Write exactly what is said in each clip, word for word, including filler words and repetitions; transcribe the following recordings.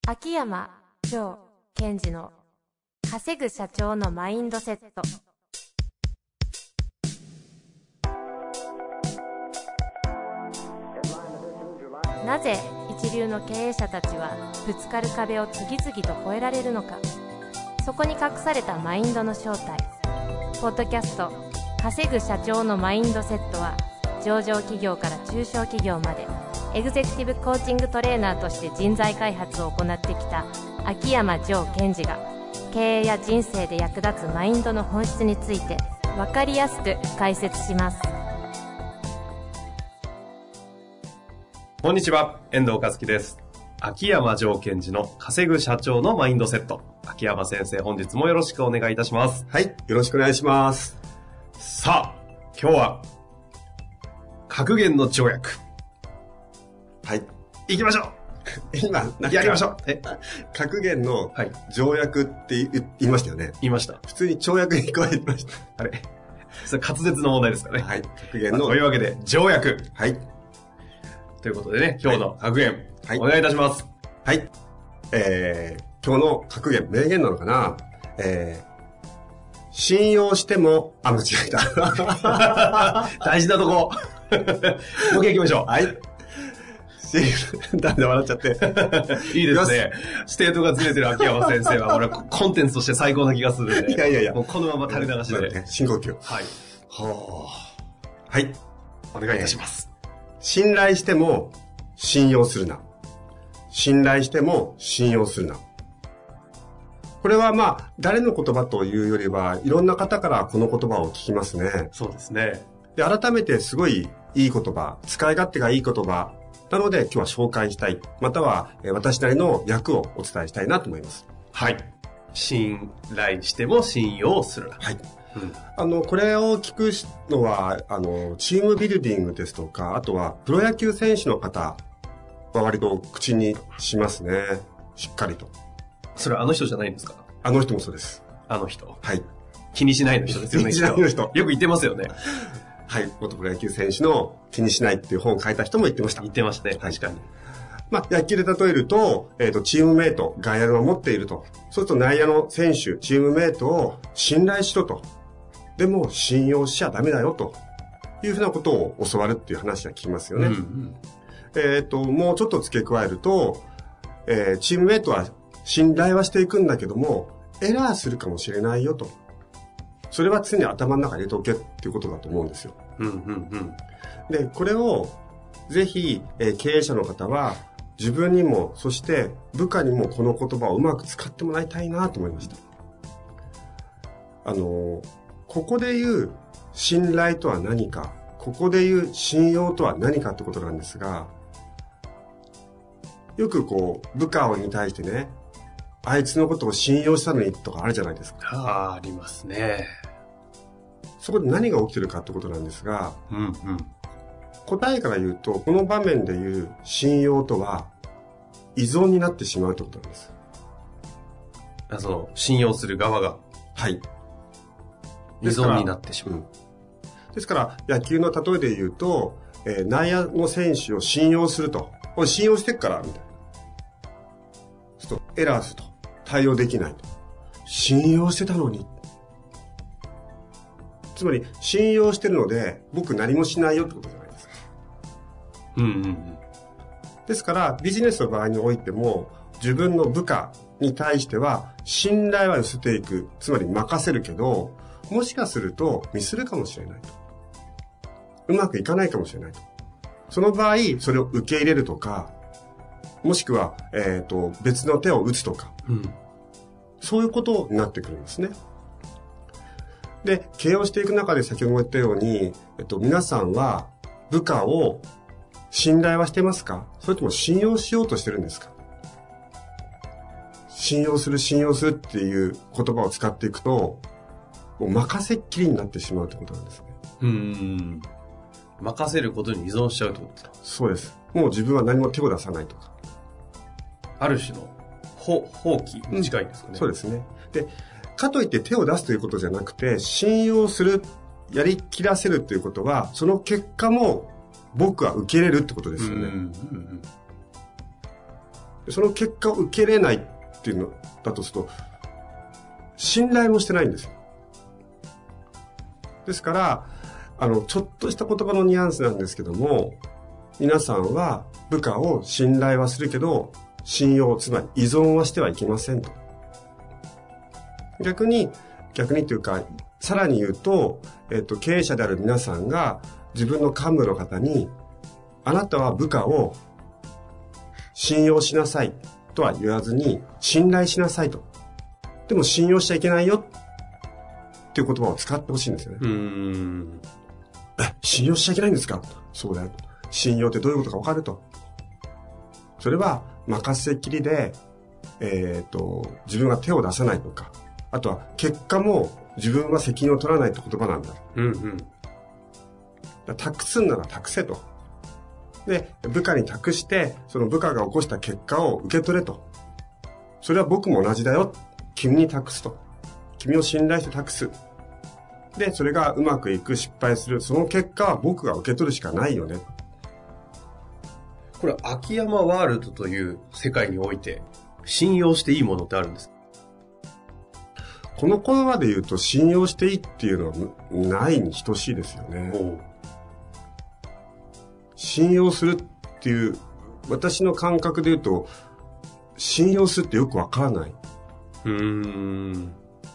秋山城賢治の稼ぐ社長のマインドセット。なぜ一流の経営者たちはぶつかる壁を次々と越えられるのか。そこに隠されたマインドの正体。ポッドキャスト稼ぐ社長のマインドセットは、上場企業から中小企業までエグゼクティブコーチングトレーナーとして人材開発を行ってきた秋山城賢治が、経営や人生で役立つマインドの本質について分かりやすく解説します。 こんにちは、遠藤和樹です。秋山城賢治の稼ぐ社長のマインドセット。秋山先生、本日もよろしくお願いいたします。 はい、よろしくお願いします。 さあ、今日は格言の条約。 はい。 行きましょう。 今、なんかやりましょう。え格言の条約って言いましたよね。 言いました。 普通に跳躍に加えてました。 あれそれ滑舌の問題ですかね。 はい。格言の。 というわけで、条約。 はい。 ということでね、今日の格言、はい、お願いいたします。 はい。えー、今日の格言、名言なのかな。えー、信用しても、あ、間違えた。 大事なとこ。もう一回行きましょう。 はい。だんだん笑っちゃって。 いいですね。ステートがずれてる秋山先生は、俺、コンテンツとして最高な気がするんで。 いやいやいや。 もうこのまま垂れ流しで。 ね、深呼吸。 はい。 はあ。はい。 お願いいたします。 信頼しても信用するな。信頼しても信用するな。これはまあ、誰の言葉というよりは、いろんな方からこの言葉を聞きますね。 そうですね。 で、改めてすごいいい言葉、使い勝手がいい言葉なので今日は紹介したい。または私なりの役をお伝えしたいなと思います。 はい。信頼しても信用するな。 はい。うん、あの、これを聞くのは、あの、チームビルディングですとか、あとはプロ野球選手の方は割と口にしますね。しっかりと。 それはあの人じゃないんですか？ あの人もそうです。 あの人。 はい。 気にしないの人ですよね。 気にしないの人。 よく言ってますよね。 はい。元プロ野球選手の気にしないっていう本を書いた人も言ってました。 言ってましたね。確かに。 まあ、野球で例えると、えっと、チームメイト、外野を守っていると。そうすると内野の選手、チームメイトを信頼しろと。でも信用しちゃダメだよというふうなことを教わるっていう話は聞きますよね。うんうん、えっと、もうちょっと付け加えると、えー、チームメイトは信頼はしていくんだけども、エラーするかもしれないよと。それは常に頭の中に入れておけっていうことだと思うんですよ。 うんうんうん、 で、これをぜひ、えー、経営者の方は自分にも、そして部下にもこの言葉をうまく使ってもらいたいなと思いました。あのー、ここで言う信頼とは何か、ここで言う信用とは何かってことなんですが、よくこう部下に対してね、あいつのことを信用したのにとかあるじゃないですか。 ああ、ありますね。 そこで何が起きてるかってことなんですが、 うんうん、 答えから言うと、この場面で言う信用とは依存になってしまうってことなんです。 あ、その信用する側が、 はい、 依存になってしまう。 うん、ですから野球の例えで言うと、えー、内野の選手を信用すると、俺信用してっからみたいな。ちょっとエラーすると対応できないと。信用してたのに。つまり信用してるので僕何もしないよってことじゃないですか。 うんうんうん。 ですからビジネスの場合においても、自分の部下に対しては信頼は寄せていく、つまり任せるけど、もしかするとミスるかもしれないと。うまくいかないかもしれないと。その場合、それを受け入れるとか、もしくは、えっと、別の手を打つとか、 うん、 そういうことになってくるんですね。で、経営をしていく中で先ほども言ったように、えっと、皆さんは部下を信頼はしてますか？それとも信用しようとしてるんですか？信用する、信用するっていう言葉を使っていくと、もう任せっきりになってしまうってことなんですね。 うーん。任せることに依存しちゃうってことですか？ そうです。もう自分は何も手を出さないとか。 ある種の放棄に近いんですかね、うん。 そうですね。で、かといって手を出すということじゃなくて、信用する、やりきらせるということは、その結果も僕は受け入れるってことですよね。うんうんうん、 その結果を受けれないっていうのだとすると、信頼もしてないんですよ。ですから、あの、ちょっとした言葉のニュアンスなんですけども、皆さんは部下を信頼はするけど、信用、つまり依存はしてはいけませんと。逆に、逆にというか、さらに言うと、えっと、経営者である皆さんが自分の幹部の方に、あなたは部下を信用しなさいとは言わずに、信頼しなさいと。でも信用しちゃいけないよっていう言葉を使ってほしいんですよね。 うーん。 え、信用しちゃいけないんですか？そうだよ。信用ってどういうことか分かると。それは任せっきりで、えっと、自分が手を出さないとか、あとは結果も自分は責任を取らないって言葉なんだ。 うんうん。 だ託すんなら託せと。で、部下に託して、その部下が起こした結果を受け取れと。それは僕も同じだよ。君に託すと。君を信頼して託す。で、それがうまくいく、失敗する。その結果は僕が受け取るしかないよね。 これ、秋山ワールドという世界において、信用していいものってあるんですか？ この言葉で言うと、信用していいっていうのはないに等しいですよね。信用するっていう、私の感覚で言うと、信用するってよくわからない。 うーん。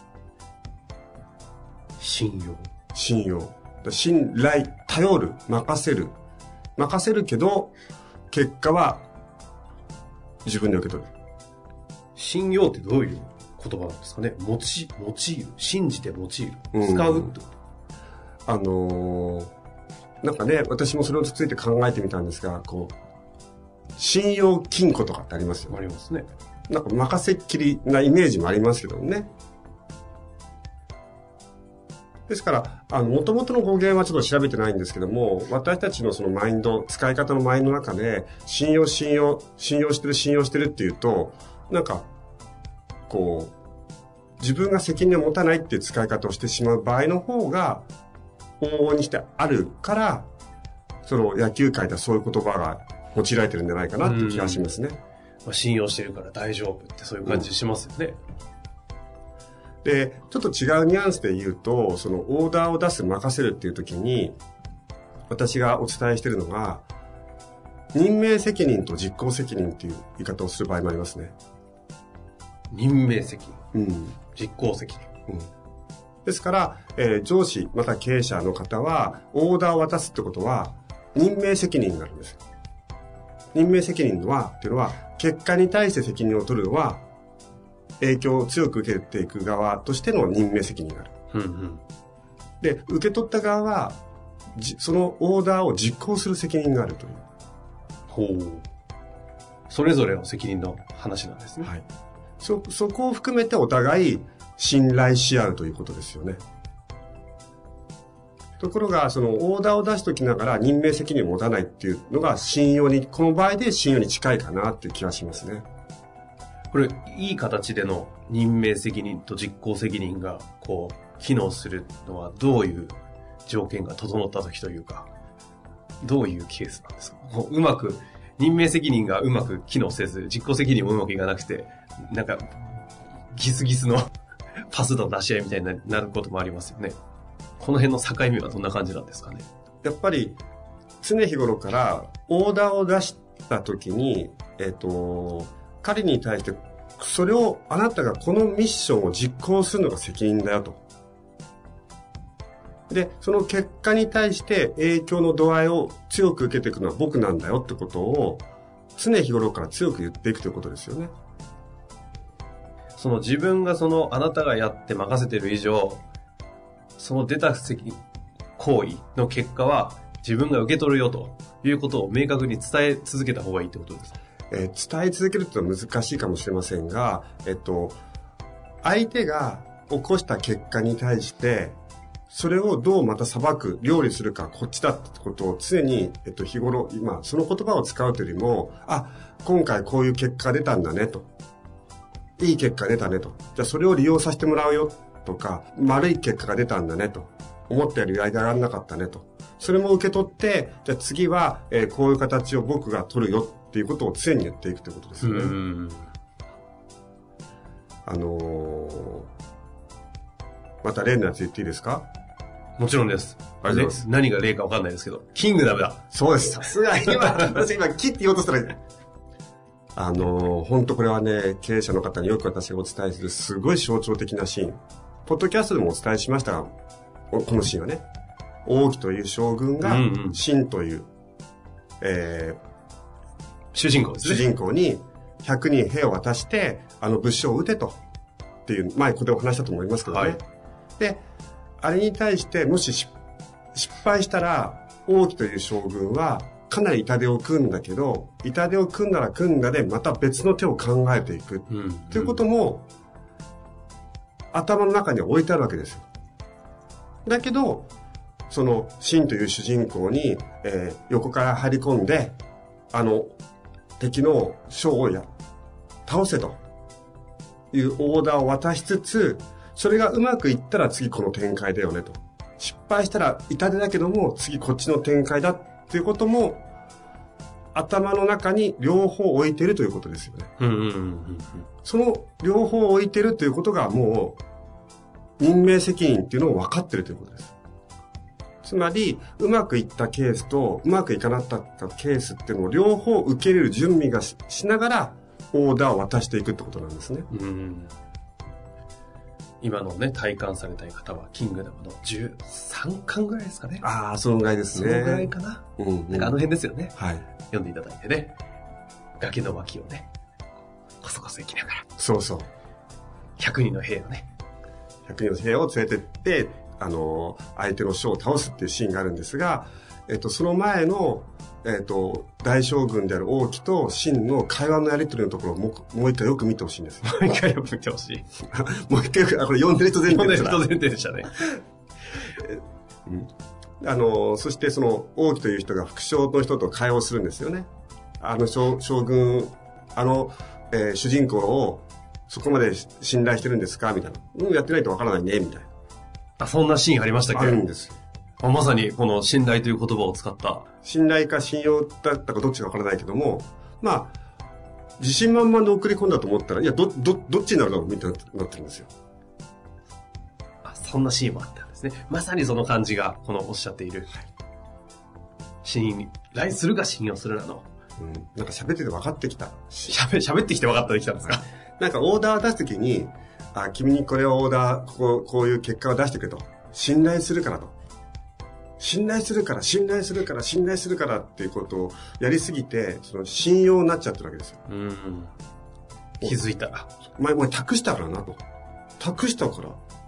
信用。 信用。信頼、頼る、任せる。任せるけど、結果は自分で受け取る。 信用ってどういう言葉なんですかね？持ち、用いる。信じて用いる。使うってこと、 うん、あのー、なんかね、私もそれをついて考えてみたんですが、こう、信用金庫とかってありますよね。 ありますね。 なんか任せっきりなイメージもありますけどね。ですから、あの、元々の語源はちょっと調べてないんですけども、私たちのそのマインド、使い方のマインドの中で、信用、信用、信用してる、信用してるっていうと、なんか、こう、自分が責任を持たないっていう使い方をしてしまう場合の方が、往々にしてあるから、その野球界ではそういう言葉が用いられてるんじゃないかなっていう気がしますね。 まあ、信用してるから大丈夫ってそういう感じしますよね。 うん、で、ちょっと違うニュアンスで言うと、そのオーダーを出す、任せるっていう時に、私がお伝えしているのが、任命責任と実行責任っていう言い方をする場合もありますね。 任命責任。 うん。 実行責任。 うん。ですから、えー、上司、また経営者の方は、オーダーを渡すってことは、任命責任になるんです。任命責任は、っていうのは、結果に対して責任を取るのは、影響を強く受けていく側としての任命責任になる。 うんうん、 で、受け取った側は、そのオーダーを実行する責任があるという。 ほう。それぞれの責任の話なんですね。 はい。そ、そこを含めてお互い信頼し合うということですよね。ところが、そのオーダーを出しときながら任命責任を持たないっていうのが信用に、この場合で信用に近いかなっていう気がしますね。 これ、いい形での任命責任と実行責任が、こう、機能するのはどういう条件が整った時というか、どういうケースなんですか？うまく、任命責任がうまく機能せず、実行責任もうまくいかなくて、なんか、ギスギスのパスの出し合いみたいになることもありますよね。この辺の境目はどんな感じなんですかね？ やっぱり、常日頃からオーダーを出したときに、えっと、彼に対して、それをあなたがこのミッションを実行するのが責任だよと。で、その結果に対して影響の度合いを強く受けていくのは僕なんだよってことを常日頃から強く言っていくということですよね。 その自分がそのあなたがやって任せている以上、その出た行為の結果は自分が受け取るよということを明確に伝え続けた方がいいってことですか？ えー、伝え続けるってのは難しいかもしれませんが、えっと、相手が起こした結果に対してそれをどうまた裁く、料理するか、こっちだってことを常に、えっと、日頃、今、その言葉を使うというよりも、あ、今回こういう結果が出たんだねと。いい結果が出たねと。じゃあそれを利用させてもらうよとか、悪い結果が出たんだねと。思ったよりやり上がらなかったねと。それも受け取って、じゃあ次は、えー、こういう形を僕が取るよっっていうことを常に言っていくということですよね。 うん。 あのー、また例のやつ言っていいですか？ もちろんです。 ありがとうございます。 何が例か分かんないですけど、キングダムだ。 そうです。さすが、今、私今、キって言おうとしたら、あのー、本当これはね、経営者の方によく私がお伝えする、すごい象徴的なシーン。ポッドキャストでもお伝えしましたが、このシーンはね、王毅という将軍が、秦という、えー、 主人公ですね。 主人公にひゃくにん兵を渡して、あの武将を撃てと。っていう、前ここでお話したと思いますけどね。はい、で、あれに対して、もし失敗したら、王毅という将軍は、かなり痛手を組んだけど、痛手を組んだら組んだで、また別の手を考えていく。うんうん、ということも、頭の中には置いてあるわけですよ。だけど、その、秦という主人公に、えー、横から張り込んで、あの、敵の将をや、倒せというオーダーを渡しつつ、それがうまくいったら次この展開だよねと。失敗したら痛手だけども、次こっちの展開だっていうことも、頭の中に両方置いてるということですよね。 うんうんうんうん、 その両方置いてるということがもう、任命責任っていうのを分かってるということです。つまり、うまくいったケースと、うまくいかなかったケースっていうのを両方受け入れる準備が し, しながら、オーダーを渡していくってことなんですね。 うん、今のね、体感されたい方は、キングダムのじゅうさんかんぐらいですかね。 ああ、そのぐらいですね。 そのぐらいかな。うん、うん、なんかあの辺ですよね。 はい。 読んでいただいてね、崖の脇をね、こそこそ行きながら。 そうそう。 ひゃくにんの兵をね。 ひゃくにんの兵を連れてって、あの、相手の将を倒すっていうシーンがあるんですが、えっと、その前の、えっと、大将軍である王毅と秦の会話のやり取りのところをもう、もう一回よく見てほしいんですよ。 もう一回よく見てほしい。 もう一回、あ、これ読んでる人前提でした。 読んでる人前提でしたね。 うん、あの、そしてその王毅という人が副将の人と会話をするんですよね。あの将、将軍、あの、えー、主人公をそこまで信頼してるんですかみたいな。うん、やってないとわからないね、みたいな。 あ、そんなシーンありましたっけ？ あるんですよ。 まさにこの信頼という言葉を使った。 信頼か信用だったかどっちかわからないけども、まあ、自信満々で送り込んだと思ったら、いや、ど、ど、どっちになるだろうみたいになってるんですよ。 あ、そんなシーンもあったんですね。まさにその感じが、このおっしゃっている。信頼するか信用するなの。 うん。なんか喋ってて分かってきた。 喋、喋ってきて分かってきたんですか？ なんかオーダーを出すときに、あ、君にこれをオーダー、ここ、こういう結果を出してくれと。信頼するからと。信頼するから、信頼するから、信頼するからっていうことをやりすぎて、その信用になっちゃってるわけですよ。 うん。気づいたら。 お前、お前託したからなと。託したから。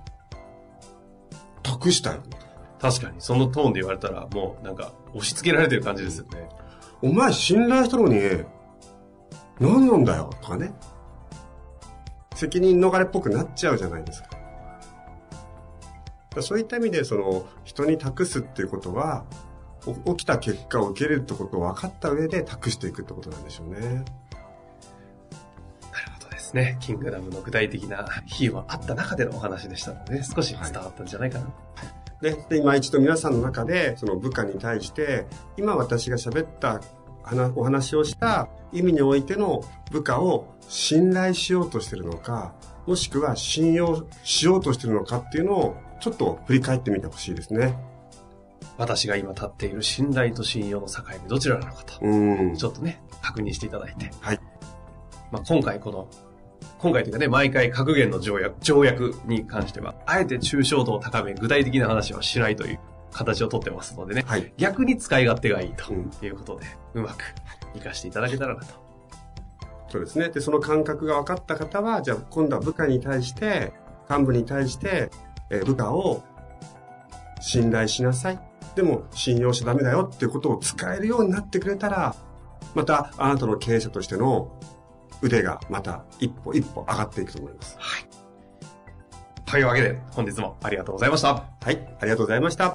託したよ。 確かに、そのトーンで言われたら、もうなんか、押し付けられてる感じですよね。 お前、信頼したのに、何なんだよ、とかね。責任逃れっぽくなっちゃうじゃないですか。そういった意味で、その、人に託すっていうことは、起きた結果を受け入れるってことを分かった上で託していくってことなんでしょうね。 なるほどですね。キングダムの具体的な比喩はあった中でのお話でしたので、少し伝わったんじゃないかな。はい、 で、で今一度皆さんの中で、その部下に対して、今私が喋ったお話をした意味においての部下を信頼しようとしているのか、もしくは信用しようとしているのかっていうのをちょっと振り返ってみてほしいですね。 私が今立っている信頼と信用の境目どちらなのかと、 うん、 ちょっとね、確認していただいて。 はい。 まあ、今回この、今回というかね、毎回格言の条約、条約に関しては、あえて抽象度を高め、具体的な話はしないという形をとってますのでね、 はい、 逆に使い勝手がいいということで、うん、うまく活かしていただけたらなと。 そうですね。で、その感覚が分かった方は、じゃあ今度は部下に対して、幹部に対して、えー、部下を信頼しなさい。でも信用しちゃダメだよっていうことを使えるようになってくれたら、またあなたの経営者としての腕がまた一歩一歩上がっていくと思います。 はい。というわけで本日もありがとうございました。 はい、ありがとうございました。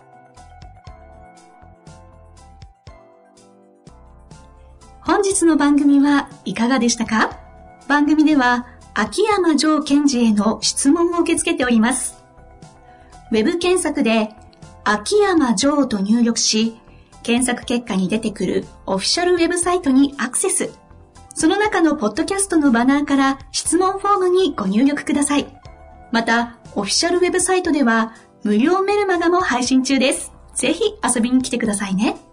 本日の番組はいかがでしたか？番組では秋山城賢治への質問を受け付けております。ウェブ検索で秋山城と入力し、 検索結果に出てくるオフィシャルウェブサイトにアクセス。その中のポッドキャストのバナーから質問フォームにご入力ください。また、オフィシャルウェブサイトでは無料メルマガも配信中です。ぜひ遊びに来てくださいね。